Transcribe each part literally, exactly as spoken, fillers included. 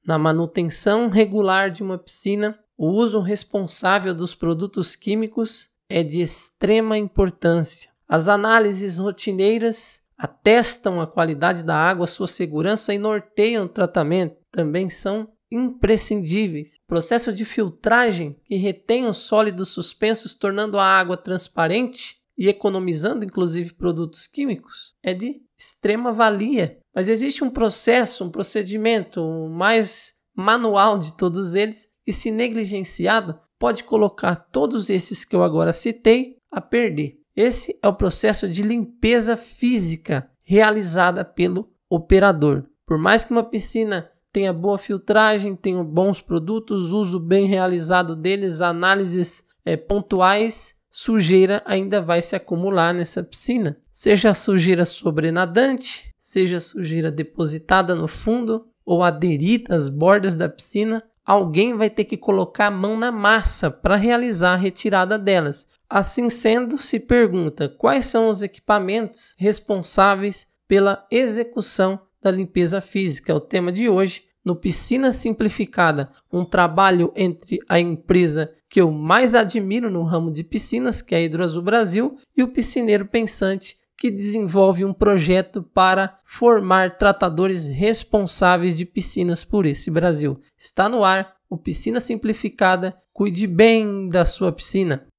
Na manutenção regular de uma piscina, o uso responsável dos produtos químicos é de extrema importância. As análises rotineiras atestam a qualidade da água, sua segurança e norteiam o tratamento. Também são imprescindíveis. O processo de filtragem que retém os sólidos suspensos, tornando a água transparente e economizando inclusive produtos químicos, é de extrema valia. Mas existe um processo, um procedimento o mais manual de todos eles, que, se negligenciado, pode colocar todos esses que eu agora citei a perder. Esse é o processo de limpeza física realizada pelo operador. Por mais que uma piscina tenha boa filtragem, tenha bons produtos, uso bem realizado deles, análises é, pontuais, sujeira ainda vai se acumular nessa piscina. Seja a sujeira sobrenadante, seja a sujeira depositada no fundo ou aderida às bordas da piscina, alguém vai ter que colocar a mão na massa para realizar a retirada delas. Assim sendo, se pergunta quais são os equipamentos responsáveis pela execução da limpeza física. É o tema de hoje, no Piscina Simplificada, um trabalho entre a empresa que eu mais admiro no ramo de piscinas, que é a Hidroazul Brasil, e o piscineiro pensante, que desenvolve um projeto para formar tratadores responsáveis de piscinas por esse Brasil. Está no ar o Piscina Simplificada. Cuide bem da sua piscina.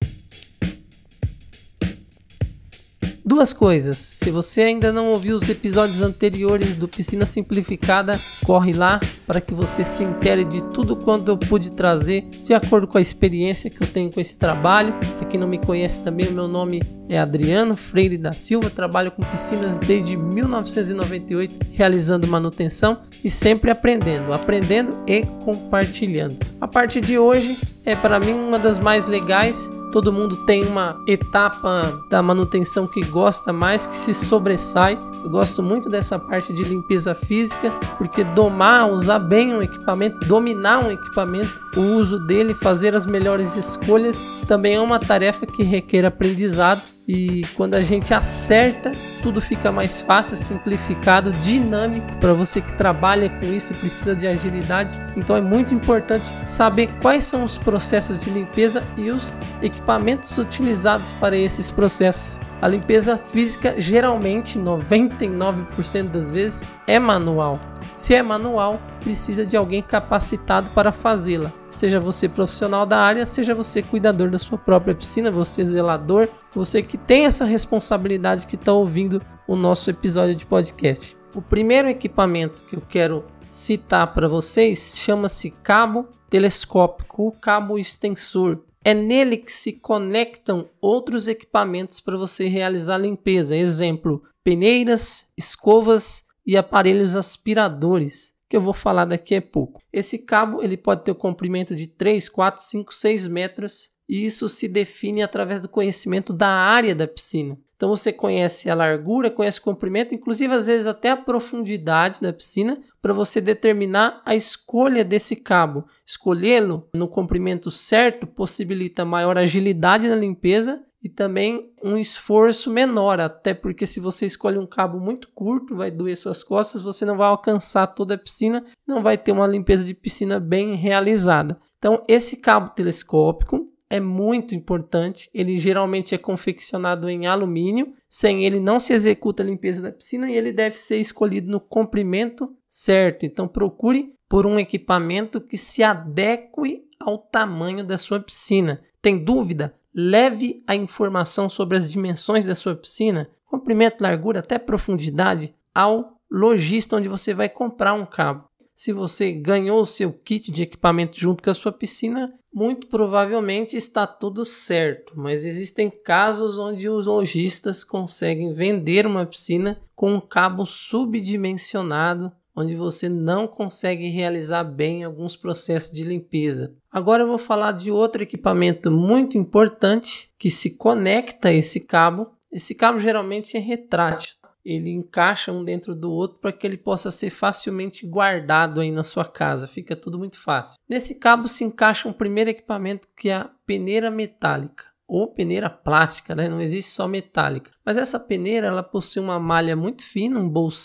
Duas coisas, se você ainda não ouviu os episódios anteriores do Piscina Simplificada, corre lá para que você se intere de tudo quanto eu pude trazer de acordo com a experiência que eu tenho com esse trabalho. Para quem não me conhece também, o meu nome é Adriano Freire da Silva, trabalho com piscinas desde mil novecentos e noventa e oito, realizando manutenção e sempre aprendendo, aprendendo e compartilhando. A parte de hoje é para mim uma das mais legais. Todo mundo tem uma etapa da manutenção que gosta mais, que se sobressai. Eu gosto muito dessa parte de limpeza física, porque domar, usar bem um equipamento, dominar um equipamento, o uso dele, fazer as melhores escolhas, também é uma tarefa que requer aprendizado. E quando a gente acerta, tudo fica mais fácil, simplificado, dinâmico para você que trabalha com isso e precisa de agilidade. Então é muito importante saber quais são os processos de limpeza e os equipamentos utilizados para esses processos. A limpeza física geralmente, noventa e nove por cento das vezes, é manual. Se é manual, precisa de alguém capacitado para fazê-la. Seja você profissional da área, seja você cuidador da sua própria piscina, você zelador, você que tem essa responsabilidade que está ouvindo o nosso episódio de podcast. O primeiro equipamento que eu quero citar para vocês chama-se cabo telescópico, ou cabo extensor. É nele que se conectam outros equipamentos para você realizar a limpeza. Exemplo, peneiras, escovas e aparelhos aspiradores, que eu vou falar daqui a pouco. Esse cabo ele pode ter o comprimento de três, quatro, cinco, seis metros e isso se define através do conhecimento da área da piscina. Então você conhece a largura, conhece o comprimento, inclusive às vezes até a profundidade da piscina para você determinar a escolha desse cabo. Escolhê-lo no comprimento certo possibilita maior agilidade na limpeza e também um esforço menor, até porque se você escolhe um cabo muito curto, vai doer suas costas, você não vai alcançar toda a piscina, não vai ter uma limpeza de piscina bem realizada. Então esse cabo telescópico é muito importante, ele geralmente é confeccionado em alumínio, sem ele não se executa a limpeza da piscina e ele deve ser escolhido no comprimento certo. Então procure por um equipamento que se adeque ao tamanho da sua piscina. Tem dúvida? Leve a informação sobre as dimensões da sua piscina, comprimento, largura, até profundidade, ao lojista onde você vai comprar um cabo. Se você ganhou o seu kit de equipamento junto com a sua piscina, muito provavelmente está tudo certo. Mas existem casos onde os lojistas conseguem vender uma piscina com um cabo subdimensionado, onde você não consegue realizar bem alguns processos de limpeza. Agora eu vou falar de outro equipamento muito importante que se conecta a esse cabo. Esse cabo geralmente é retrátil. Ele encaixa um dentro do outro para que ele possa ser facilmente guardado aí na sua casa. Fica tudo muito fácil. Nesse cabo se encaixa um primeiro equipamento que é a peneira metálica ou peneira plástica, né? Não existe só metálica. Mas essa peneira ela possui uma malha muito fina, um bolsão,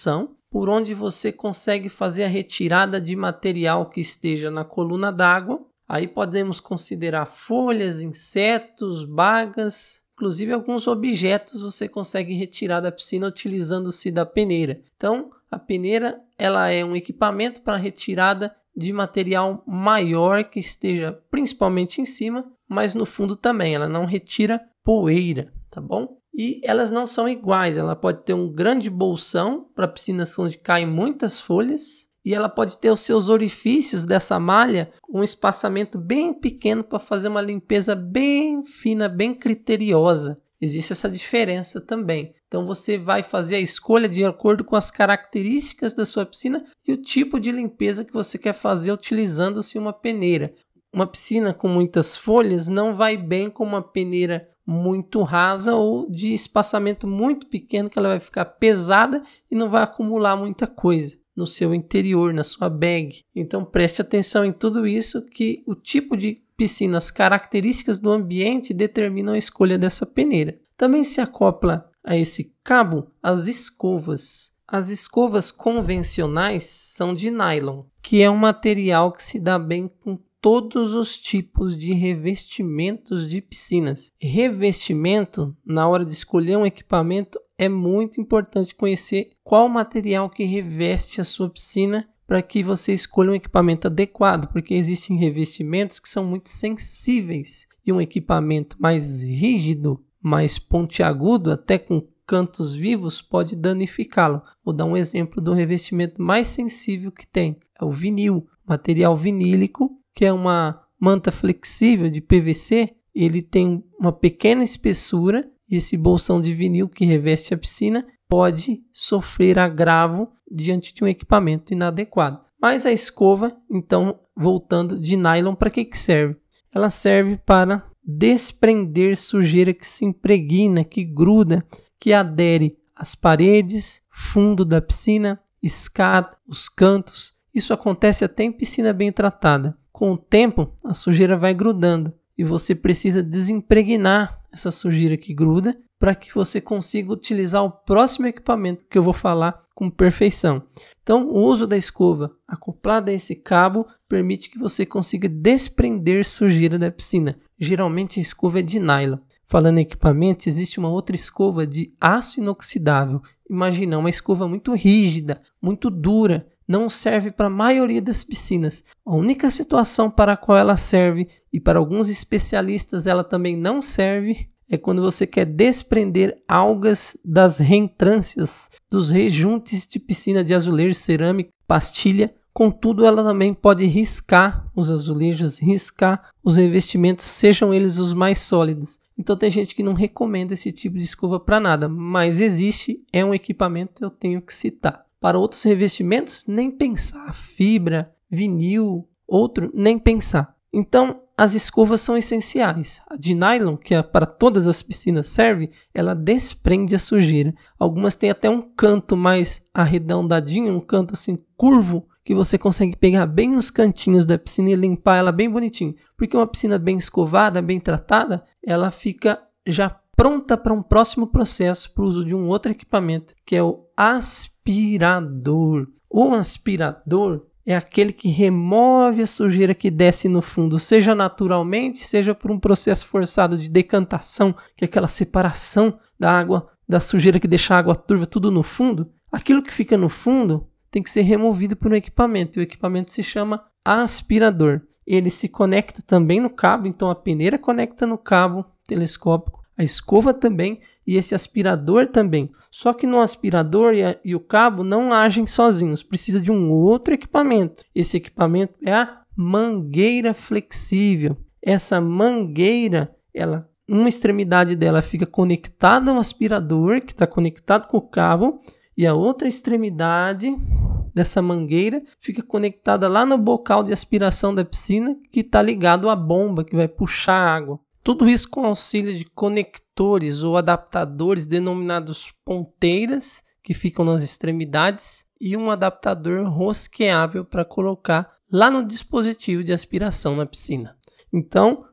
por onde você consegue fazer a retirada de material que esteja na coluna d'água. Aí podemos considerar folhas, insetos, bagas, inclusive alguns objetos você consegue retirar da piscina utilizando-se da peneira. Então, a peneira ela é um equipamento para retirada de material maior que esteja principalmente em cima, mas no fundo também. Ela não retira poeira, tá bom? E elas não são iguais. Ela pode ter um grande bolsão para piscinas onde caem muitas folhas. E ela pode ter os seus orifícios dessa malha com um espaçamento bem pequeno para fazer uma limpeza bem fina, bem criteriosa. Existe essa diferença também. Então você vai fazer a escolha de acordo com as características da sua piscina e o tipo de limpeza que você quer fazer utilizando-se uma peneira. Uma piscina com muitas folhas não vai bem com uma peneira muito rasa ou de espaçamento muito pequeno, que ela vai ficar pesada e não vai acumular muita coisa no seu interior, na sua bag. Então preste atenção em tudo isso, que o tipo de piscina, as características do ambiente determinam a escolha dessa peneira. Também se acopla a esse cabo as escovas. As escovas convencionais são de nylon, que é um material que se dá bem com todos os tipos de revestimentos de piscinas. Revestimento, na hora de escolher um equipamento, é muito importante conhecer qual material que reveste a sua piscina para que você escolha um equipamento adequado, porque existem revestimentos que são muito sensíveis e um equipamento mais rígido, mais pontiagudo, até com cantos vivos, pode danificá-lo. Vou dar um exemplo do revestimento mais sensível que tem, é o vinil, material vinílico, que é uma manta flexível de P V C. Ele tem uma pequena espessura e esse bolsão de vinil que reveste a piscina pode sofrer agravo diante de um equipamento inadequado. Mas a escova, então, voltando de nylon, para que que serve? Ela serve para desprender sujeira que se impregna, que gruda, que adere às paredes, fundo da piscina, escada, os cantos. Isso acontece até em piscina bem tratada. Com o tempo, a sujeira vai grudando e você precisa desimpregnar essa sujeira que gruda para que você consiga utilizar o próximo equipamento que eu vou falar com perfeição. Então, o uso da escova acoplada a esse cabo permite que você consiga desprender sujeira da piscina. Geralmente a escova é de nylon. Falando em equipamento, existe uma outra escova de aço inoxidável. Imagina, uma escova muito rígida, muito dura. Não serve para a maioria das piscinas. A única situação para a qual ela serve, e para alguns especialistas ela também não serve, é quando você quer desprender algas das reentrâncias, dos rejuntes de piscina de azulejo, cerâmica, pastilha. Contudo, ela também pode riscar os azulejos, riscar os revestimentos, sejam eles os mais sólidos. Então tem gente que não recomenda esse tipo de escova para nada, mas existe, é um equipamento que eu tenho que citar. Para outros revestimentos, nem pensar. Fibra, vinil, outro, nem pensar. Então, as escovas são essenciais. A de nylon, que é para todas as piscinas serve, ela desprende a sujeira. Algumas têm até um canto mais arredondadinho, um canto assim curvo, que você consegue pegar bem os cantinhos da piscina e limpar ela bem bonitinho. Porque uma piscina bem escovada, bem tratada, ela fica já pronta para um próximo processo, para o uso de um outro equipamento, que é o aspirador. O aspirador é aquele que remove a sujeira que desce no fundo, seja naturalmente, seja por um processo forçado de decantação, que é aquela separação da água, da sujeira que deixa a água turva tudo no fundo. Aquilo que fica no fundo tem que ser removido por um equipamento, e o equipamento se chama aspirador. Ele se conecta também no cabo, então a peneira conecta no cabo telescópico, a escova também e esse aspirador também. Só que no aspirador e, a, e o cabo não agem sozinhos, precisa de um outro equipamento. Esse equipamento é a mangueira flexível. Essa mangueira, ela, uma extremidade dela fica conectada ao aspirador, que está conectado com o cabo, e a outra extremidade dessa mangueira fica conectada lá no bocal de aspiração da piscina, que está ligado à bomba que vai puxar a água. Tudo isso com auxílio de conectores ou adaptadores denominados ponteiras, que ficam nas extremidades, e um adaptador rosqueável para colocar lá no dispositivo de aspiração na piscina. Então,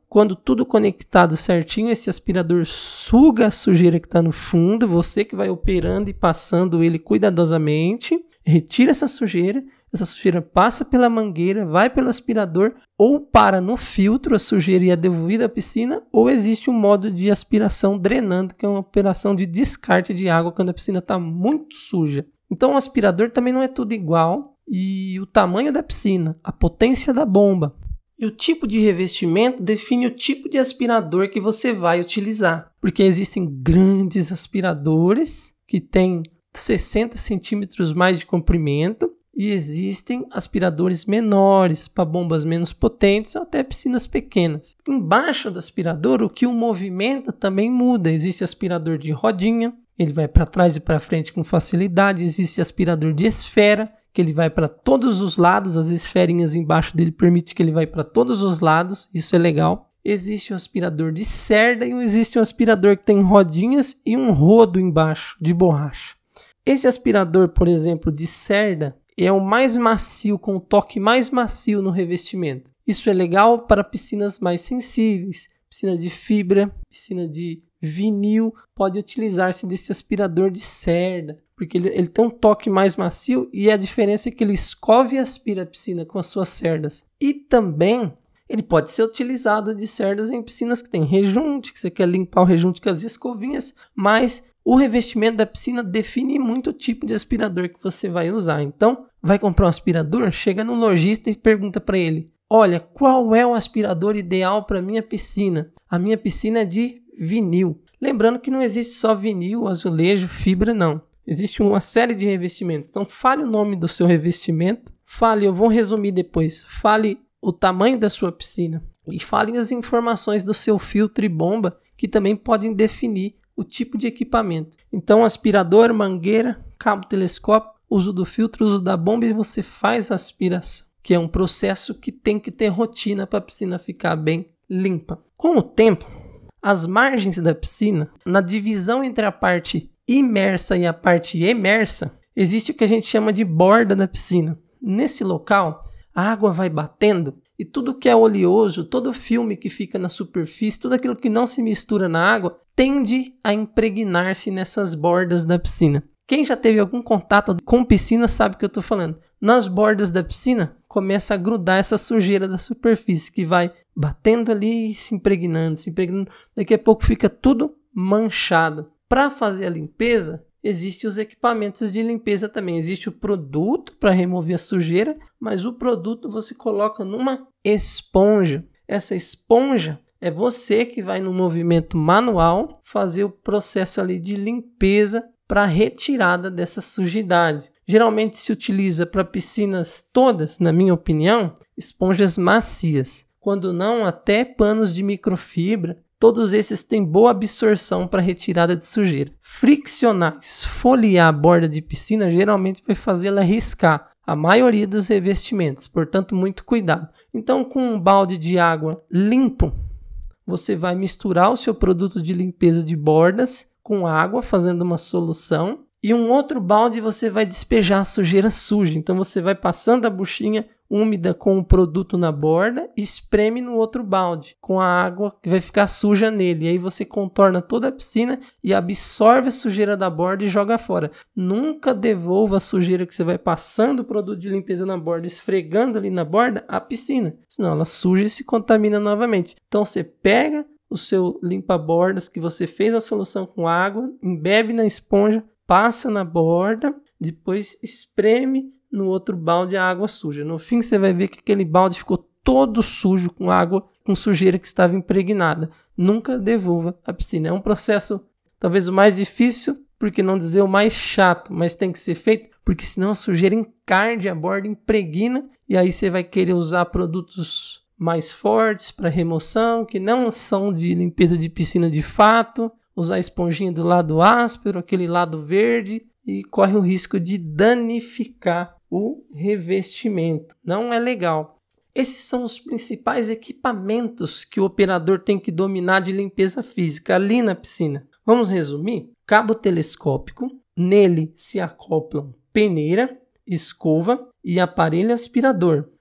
quando tudo conectado certinho, esse aspirador suga a sujeira que está no fundo, você que vai operando e passando ele cuidadosamente, retira essa sujeira, essa sujeira passa pela mangueira, vai pelo aspirador, ou para no filtro, a sujeira e é devolvida à piscina, ou existe um modo de aspiração drenando, que é uma operação de descarte de água quando a piscina está muito suja. Então o aspirador também não é tudo igual, e o tamanho da piscina, a potência da bomba e o tipo de revestimento define o tipo de aspirador que você vai utilizar, porque existem grandes aspiradores que têm sessenta centímetros mais de comprimento, e existem aspiradores menores para bombas menos potentes ou até piscinas pequenas. Embaixo do aspirador, o que o movimenta também muda. Existe aspirador de rodinha, ele vai para trás e para frente com facilidade. Existe aspirador de esfera, que ele vai para todos os lados. As esferinhas embaixo dele permitem que ele vai para todos os lados. Isso é legal. Existe um aspirador de cerda e existe um aspirador que tem rodinhas e um rodo embaixo de borracha. Esse aspirador, por exemplo, de cerda, é o mais macio, com o toque mais macio no revestimento. Isso é legal para piscinas mais sensíveis, piscina de fibra, piscina de vinil, pode utilizar-se desse aspirador de cerda, porque ele, ele tem um toque mais macio e a diferença é que ele escove e aspira a piscina com as suas cerdas. E também ele pode ser utilizado de cerdas em piscinas que tem rejunte, que você quer limpar o rejunte com as escovinhas, mas o revestimento da piscina define muito o tipo de aspirador que você vai usar. Então, vai comprar um aspirador, chega no lojista e pergunta para ele: olha, qual é o aspirador ideal para minha piscina? A minha piscina é de vinil. Lembrando que não existe só vinil, azulejo, fibra, não. Existe uma série de revestimentos. Então, fale o nome do seu revestimento. Fale, eu vou resumir depois. Fale o tamanho da sua piscina. E fale as informações do seu filtro e bomba, que também podem definir o tipo de equipamento. Então, aspirador, mangueira, cabo telescópio, uso do filtro, uso da bomba e você faz a aspiração, que é um processo que tem que ter rotina para a piscina ficar bem limpa. Com o tempo, as margens da piscina, na divisão entre a parte imersa e a parte emersa, existe o que a gente chama de borda da piscina. Nesse local, a água vai batendo e tudo que é oleoso, todo o filme que fica na superfície, tudo aquilo que não se mistura na água, tende a impregnar-se nessas bordas da piscina. Quem já teve algum contato com piscina sabe o que eu estou falando. Nas bordas da piscina, começa a grudar essa sujeira da superfície, que vai batendo ali e se impregnando, se impregnando. Daqui a pouco fica tudo manchado. Para fazer a limpeza, existem os equipamentos de limpeza também. Existe o produto para remover a sujeira, mas o produto você coloca numa esponja. Essa esponja é você que vai no movimento manual fazer o processo ali de limpeza para a retirada dessa sujidade. Geralmente se utiliza para piscinas todas, na minha opinião, esponjas macias. Quando não, até panos de microfibra. Todos esses têm boa absorção para retirada de sujeira. Friccionar, esfoliar a borda de piscina geralmente vai fazê-la riscar a maioria dos revestimentos, portanto muito cuidado. Então, com um balde de água limpo, você vai misturar o seu produto de limpeza de bordas com água, fazendo uma solução, e um outro balde você vai despejar a sujeira suja. Então você vai passando a buchinha úmida com o produto na borda e espreme no outro balde com a água que vai ficar suja nele. E aí você contorna toda a piscina e absorve a sujeira da borda e joga fora. Nunca devolva a sujeira que você vai passando o produto de limpeza na borda, esfregando ali na borda, à piscina. Senão ela suja e se contamina novamente. Então você pega o seu limpa-bordas que você fez a solução com água, embebe na esponja, passa na borda, depois espreme no outro balde a água suja. No fim você vai ver que aquele balde ficou todo sujo com água, com sujeira que estava impregnada. Nunca devolva a piscina. É um processo talvez o mais difícil, porque não dizer o mais chato, mas tem que ser feito, porque senão a sujeira encarde a borda, impregna, e aí você vai querer usar produtos mais fortes para remoção, que não são de limpeza de piscina de fato, usar a esponjinha do lado áspero, aquele lado verde, e corre o risco de danificar o revestimento. Não é legal. Esses são os principais equipamentos que o operador tem que dominar de limpeza física ali na piscina. Vamos resumir? Cabo telescópico, nele se acoplam peneira, escova e aparelho aspirador.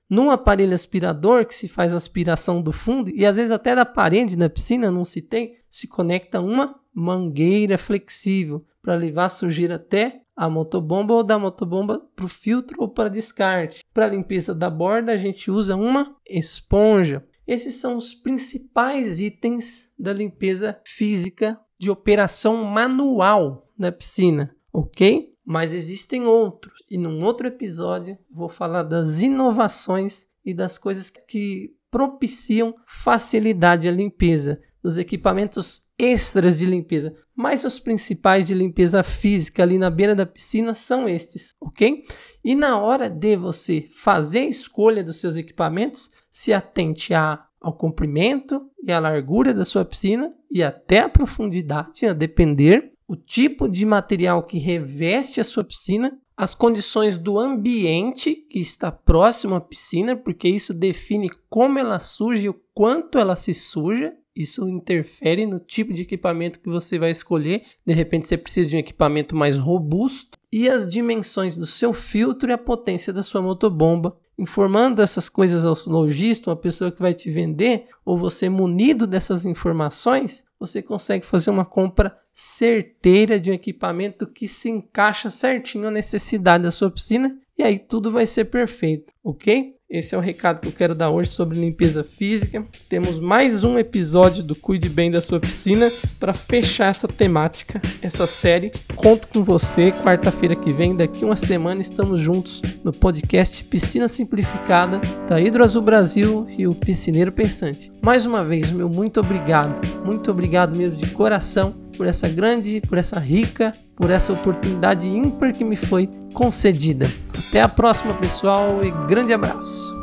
num aparelho aspirador que se faz aspiração do fundo e às vezes até da parede na piscina, não se tem, se conecta uma mangueira flexível para levar a sujeira até a motobomba ou da motobomba para o filtro ou para descarte. Para a limpeza da borda a gente usa uma esponja. Esses são os principais itens da limpeza física de operação manual da piscina, ok? Mas existem outros, e num outro episódio vou falar das inovações e das coisas que propiciam facilidade à limpeza, dos equipamentos extras de limpeza. Mas os principais de limpeza física ali na beira da piscina são estes, ok? E na hora de você fazer a escolha dos seus equipamentos, se atente a, ao comprimento e à largura da sua piscina e até a profundidade, a depender o tipo de material que reveste a sua piscina, as condições do ambiente que está próximo à piscina, porque isso define como ela suja e o quanto ela se suja. Isso interfere no tipo de equipamento que você vai escolher. De repente você precisa de um equipamento mais robusto. E as dimensões do seu filtro e a potência da sua motobomba. Informando essas coisas ao lojista, uma pessoa que vai te vender, ou você munido dessas informações, você consegue fazer uma compra certeira de um equipamento que se encaixa certinho à necessidade da sua piscina. E aí tudo vai ser perfeito, ok? Esse é o recado que eu quero dar hoje sobre limpeza física. Temos mais um episódio do Cuide Bem da Sua Piscina para fechar essa temática, essa série. Conto com você quarta-feira que vem, daqui uma semana estamos juntos no podcast Piscina Simplificada da Hidroazul Brasil e o Piscineiro Pensante. Mais uma vez, meu muito obrigado, muito obrigado mesmo de coração por essa grande, por essa rica, por essa oportunidade ímpar que me foi concedida. Até a próxima, pessoal, e grande abraço!